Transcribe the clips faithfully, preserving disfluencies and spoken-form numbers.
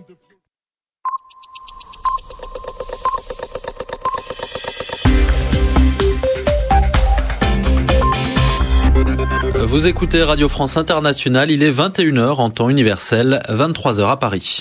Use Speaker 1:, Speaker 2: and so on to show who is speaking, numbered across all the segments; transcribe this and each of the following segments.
Speaker 1: Vous écoutez Radio France Internationale, il est vingt et une heures en temps universel, vingt-trois heures à Paris.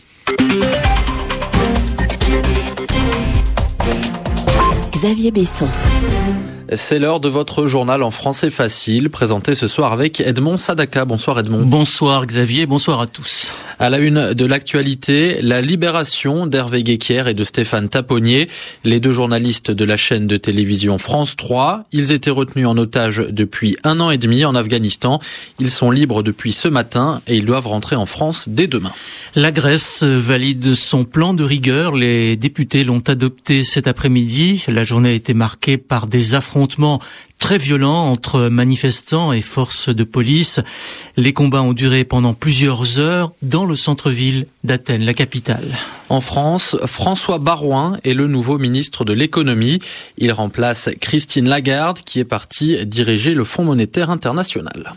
Speaker 2: Xavier Besson.
Speaker 1: C'est l'heure de votre journal en français facile, présenté ce soir avec Edmond Sadaka. Bonsoir Edmond.
Speaker 3: Bonsoir Xavier, bonsoir à tous.
Speaker 1: À la une de l'actualité, la libération d'Hervé Guéquière et de Stéphane Taponnier, les deux journalistes de la chaîne de télévision France trois. Ils étaient retenus en otage depuis un an et demi en Afghanistan. Ils sont libres depuis ce matin et ils doivent rentrer en France dès demain.
Speaker 3: La Grèce valide son plan de rigueur. Les députés l'ont adopté cet après-midi. La journée a été marquée par des affrontements très violents entre manifestants et forces de police. Les combats ont duré pendant plusieurs heures dans le centre-ville d'Athènes, la capitale.
Speaker 1: En France, François Baroin est le nouveau ministre de l'économie. Il remplace Christine Lagarde qui est partie diriger le Fonds monétaire international.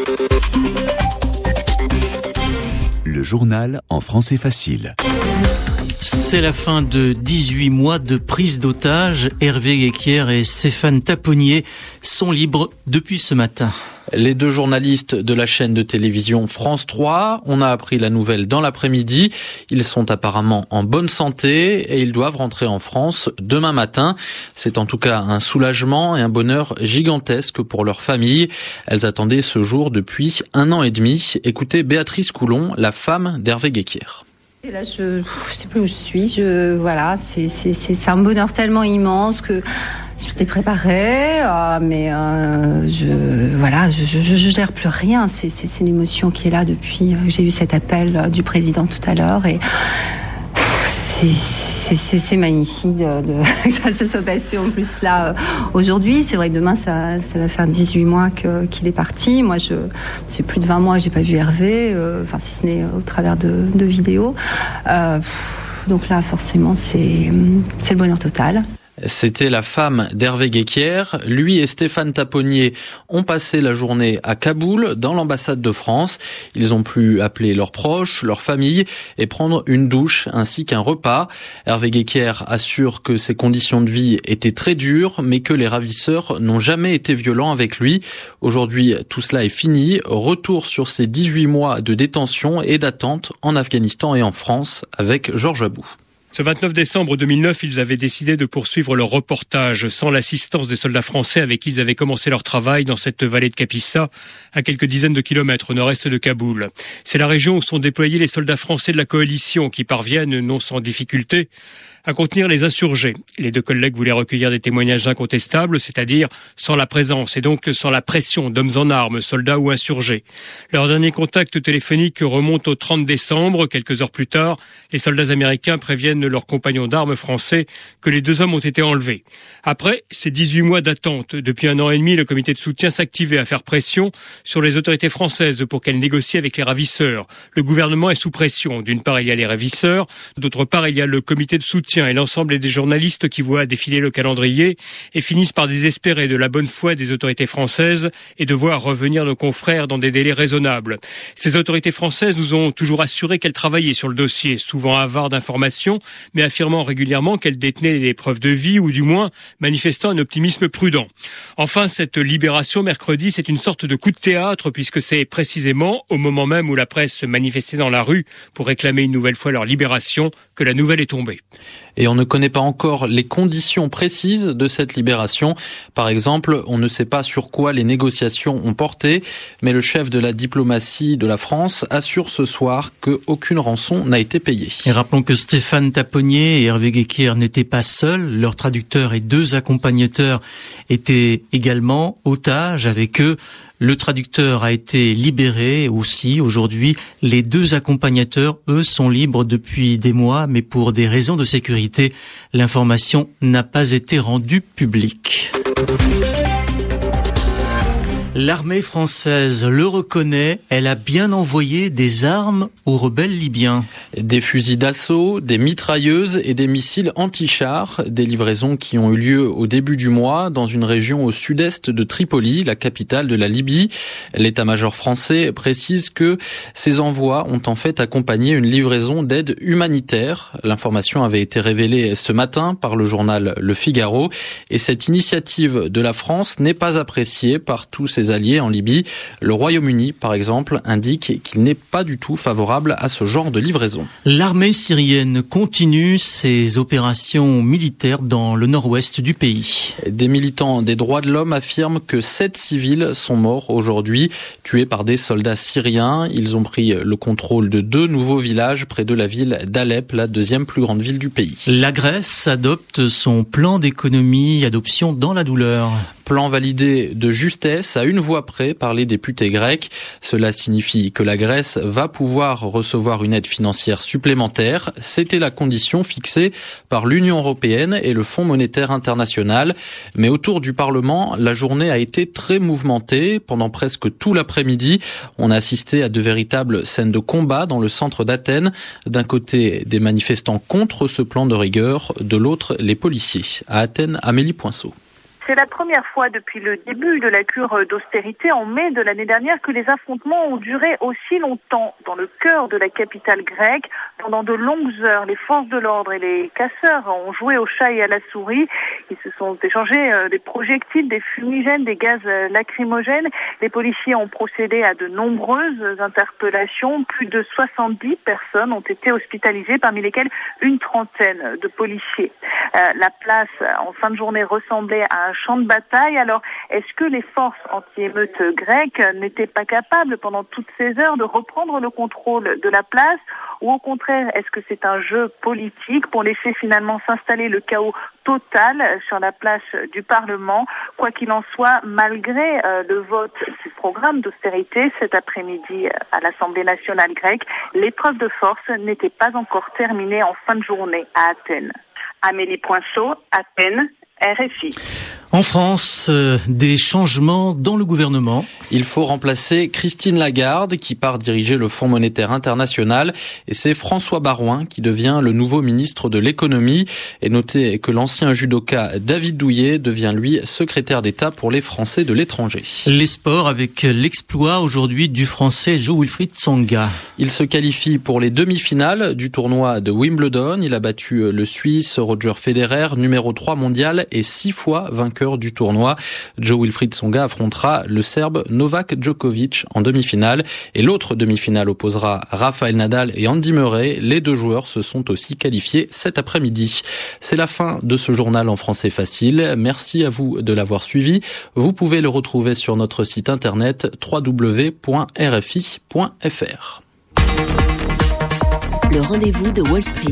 Speaker 4: Le journal en français facile.
Speaker 3: C'est la fin de dix-huit mois de prise d'otage. Hervé Guéquière et Stéphane Taponnier sont libres depuis ce matin.
Speaker 1: Les deux journalistes de la chaîne de télévision France trois, on a appris la nouvelle dans l'après-midi. Ils sont apparemment en bonne santé et ils doivent rentrer en France demain matin. C'est en tout cas un soulagement et un bonheur gigantesque pour leur famille. Elles attendaient ce jour depuis un an et demi. Écoutez Béatrice Coulon, la femme d'Hervé Guéquière.
Speaker 5: Et là, je ne sais plus où je suis. Je, voilà, c'est, c'est, c'est, c'est un bonheur tellement immense que je m'étais préparée, euh, mais euh, je, voilà, je, je, je gère plus rien. C'est, c'est, c'est une émotion qui est là depuis que j'ai eu cet appel du président tout à l'heure. Et c'est, c'est, c'est, c'est magnifique de, de, que ça se soit passé en plus là euh, aujourd'hui. C'est vrai que demain, ça, ça va faire dix-huit mois que, qu'il est parti. Moi, je, c'est plus de vingt mois que j'ai pas vu Hervé, euh, enfin si ce n'est au travers de, de vidéos. Euh, donc là, forcément, c'est, c'est le bonheur total.
Speaker 1: C'était la femme d'Hervé Guéquière. Lui et Stéphane Taponnier ont passé la journée à Kaboul, dans l'ambassade de France. Ils ont pu appeler leurs proches, leur famille et prendre une douche ainsi qu'un repas. Hervé Guéquière assure que ses conditions de vie étaient très dures, mais que les ravisseurs n'ont jamais été violents avec lui. Aujourd'hui, tout cela est fini. Retour sur ces dix-huit mois de détention et d'attente en Afghanistan et en France avec Georges Abou.
Speaker 6: Ce vingt-neuf décembre deux mille neuf, ils avaient décidé de poursuivre leur reportage sans l'assistance des soldats français avec qui ils avaient commencé leur travail dans cette vallée de Kapisa, à quelques dizaines de kilomètres au nord-est de Kaboul. C'est la région où sont déployés les soldats français de la coalition qui parviennent, non sans difficulté, à contenir les insurgés. Les deux collègues voulaient recueillir des témoignages incontestables, c'est-à-dire sans la présence et donc sans la pression d'hommes en armes, soldats ou insurgés. Leur dernier contact téléphonique remonte au trente décembre. Quelques heures plus tard, les soldats américains préviennent leurs compagnons d'armes français que les deux hommes ont été enlevés. Après ces dix-huit mois d'attente, depuis un an et demi, le comité de soutien s'activait à faire pression sur les autorités françaises pour qu'elles négocient avec les ravisseurs. Le gouvernement est sous pression. D'une part, il y a les ravisseurs, d'autre part, il y a le comité de soutien et l'ensemble des journalistes qui voient défiler le calendrier et finissent par désespérer de la bonne foi des autorités françaises et de voir revenir nos confrères dans des délais raisonnables. Ces autorités françaises nous ont toujours assuré qu'elles travaillaient sur le dossier, souvent avares d'informations, mais affirmant régulièrement qu'elles détenaient des preuves de vie ou du moins manifestant un optimisme prudent. Enfin, cette libération mercredi, c'est une sorte de coup de théâtre puisque c'est précisément au moment même où la presse se manifestait dans la rue pour réclamer une nouvelle fois leur libération que la nouvelle est tombée.
Speaker 1: Et on ne connaît pas encore les conditions précises de cette libération. Par exemple, on ne sait pas sur quoi les négociations ont porté, mais le chef de la diplomatie de la France assure ce soir qu'aucune rançon n'a été payée.
Speaker 3: Et rappelons que Stéphane Taponnier et Hervé Guéquière n'étaient pas seuls. Leurs traducteurs et deux accompagnateurs étaient également otages avec eux. Le traducteur a été libéré aussi aujourd'hui. Les deux accompagnateurs, eux, sont libres depuis des mois, mais pour des raisons de sécurité, l'information n'a pas été rendue publique. L'armée française le reconnaît, elle a bien envoyé des armes aux rebelles libyens.
Speaker 1: Des fusils d'assaut, des mitrailleuses et des missiles anti-chars, des livraisons qui ont eu lieu au début du mois dans une région au sud-est de Tripoli, la capitale de la Libye. L'état-major français précise que ces envois ont en fait accompagné une livraison d'aide humanitaire. L'information avait été révélée ce matin par le journal Le Figaro et cette initiative de la France n'est pas appréciée par tous ses alliés en Libye. Le Royaume-Uni, par exemple, indique qu'il n'est pas du tout favorable à ce genre de livraison.
Speaker 3: L'armée syrienne continue ses opérations militaires dans le nord-ouest du pays.
Speaker 1: Des militants des droits de l'homme affirment que sept civils sont morts aujourd'hui, tués par des soldats syriens. Ils ont pris le contrôle de deux nouveaux villages près de la ville d'Alep, la deuxième plus grande ville du pays.
Speaker 3: La Grèce adopte son plan d'économie, adoption dans la douleur.
Speaker 1: Plan validé de justesse à une voix près par les députés grecs. Cela signifie que la Grèce va pouvoir recevoir une aide financière supplémentaire. C'était la condition fixée par l'Union européenne et le Fonds monétaire international. Mais autour du Parlement, la journée a été très mouvementée. Pendant presque tout l'après-midi, on a assisté à de véritables scènes de combat dans le centre d'Athènes. D'un côté, des manifestants contre ce plan de rigueur, de l'autre, les policiers. À Athènes, Amélie Poinceau.
Speaker 7: C'est la première fois depuis le début de la cure d'austérité en mai de l'année dernière que les affrontements ont duré aussi longtemps. Dans le cœur de la capitale grecque, pendant de longues heures, les forces de l'ordre et les casseurs ont joué au chat et à la souris. Ils se sont échangés des projectiles, des fumigènes, des gaz lacrymogènes. Les policiers ont procédé à de nombreuses interpellations. Plus de soixante-dix personnes ont été hospitalisées, parmi lesquelles une trentaine de policiers. Euh, la place, en fin de journée, ressemblait à un champ de bataille. Alors, est-ce que les forces anti-émeutes grecques n'étaient pas capables, pendant toutes ces heures, de reprendre le contrôle de la place? Ou au contraire, est-ce que c'est un jeu politique pour laisser finalement s'installer le chaos total sur la place du Parlement? Quoi qu'il en soit, malgré euh, le vote du programme d'austérité cet après-midi à l'Assemblée nationale grecque, l'épreuve de force n'était pas encore terminée en fin de journée à Athènes. Amélie Poinceau, Athènes, R F I.
Speaker 3: En France, euh, des changements dans le gouvernement.
Speaker 1: Il faut remplacer Christine Lagarde qui part diriger le Fonds monétaire international et c'est François Baroin qui devient le nouveau ministre de l'économie. Et notez que l'ancien judoka David Douillet devient lui secrétaire d'État pour les Français de l'étranger.
Speaker 3: Les sports avec l'exploit aujourd'hui du Français Jo-Wilfried Tsonga.
Speaker 1: Il se qualifie pour les demi-finales du tournoi de Wimbledon. Il a battu le Suisse Roger Federer, numéro trois mondial et six fois vainqueur du tournoi. Jo-Wilfried Tsonga affrontera le Serbe Novak Djokovic en demi-finale et l'autre demi-finale opposera Rafael Nadal et Andy Murray. Les deux joueurs se sont aussi qualifiés cet après-midi. C'est la fin de ce journal en français facile. Merci à vous de l'avoir suivi. Vous pouvez le retrouver sur notre site internet w w w point r f i point f r.
Speaker 2: Le rendez-vous de Wall Street.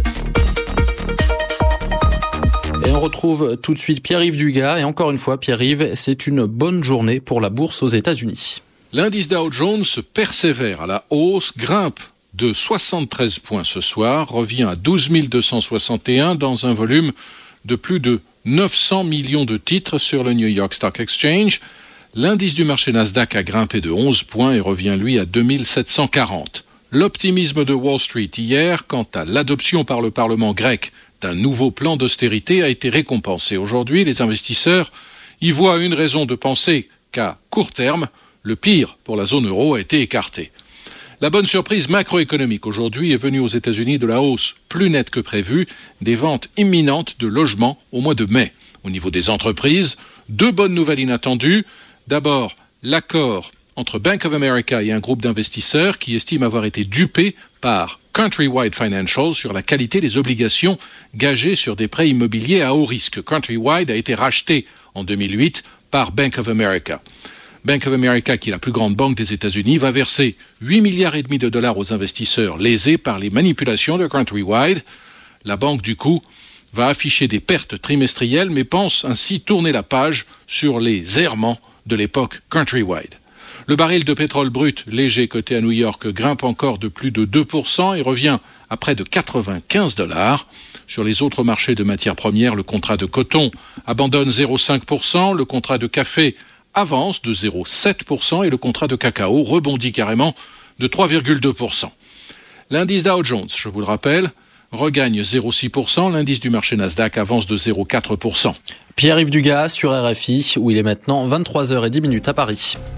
Speaker 1: Et on retrouve tout de suite Pierre-Yves Dugas. Et encore une fois, Pierre-Yves, c'est une bonne journée pour la bourse aux États-Unis.
Speaker 8: L'indice Dow Jones persévère à la hausse, grimpe de soixante-treize points ce soir, revient à douze mille deux cent soixante et un dans un volume de plus de neuf cents millions de titres sur le New York Stock Exchange. L'indice du marché Nasdaq a grimpé de onze points et revient lui à deux mille sept cent quarante. L'optimisme de Wall Street hier quant à l'adoption par le Parlement grec d'un nouveau plan d'austérité a été récompensé. Aujourd'hui, les investisseurs y voient une raison de penser qu'à court terme, le pire pour la zone euro a été écarté. La bonne surprise macroéconomique aujourd'hui est venue aux États-Unis de la hausse plus nette que prévue des ventes imminentes de logements au mois de mai. Au niveau des entreprises, deux bonnes nouvelles inattendues. D'abord, l'accord entre Bank of America et un groupe d'investisseurs qui estiment avoir été dupés par Countrywide Financial sur la qualité des obligations gagées sur des prêts immobiliers à haut risque. Countrywide a été racheté en deux mille huit par Bank of America. Bank of America, qui est la plus grande banque des États-Unis, va verser huit milliards et demi de dollars aux investisseurs lésés par les manipulations de Countrywide. La banque, du coup, va afficher des pertes trimestrielles, mais pense ainsi tourner la page sur les errements de l'époque Countrywide. Le baril de pétrole brut léger coté à New York grimpe encore de plus de deux pour cent et revient à près de quatre-vingt-quinze dollars. Sur les autres marchés de matières premières, le contrat de coton abandonne zéro virgule cinq pour cent, le contrat de café avance de zéro virgule sept pour cent et le contrat de cacao rebondit carrément de trois virgule deux pour cent. L'indice Dow Jones, je vous le rappelle, regagne zéro virgule six pour cent. L'indice du marché Nasdaq avance de zéro virgule quatre pour cent.
Speaker 1: Pierre-Yves Dugas sur R F I, où il est maintenant vingt-trois heures dix à Paris.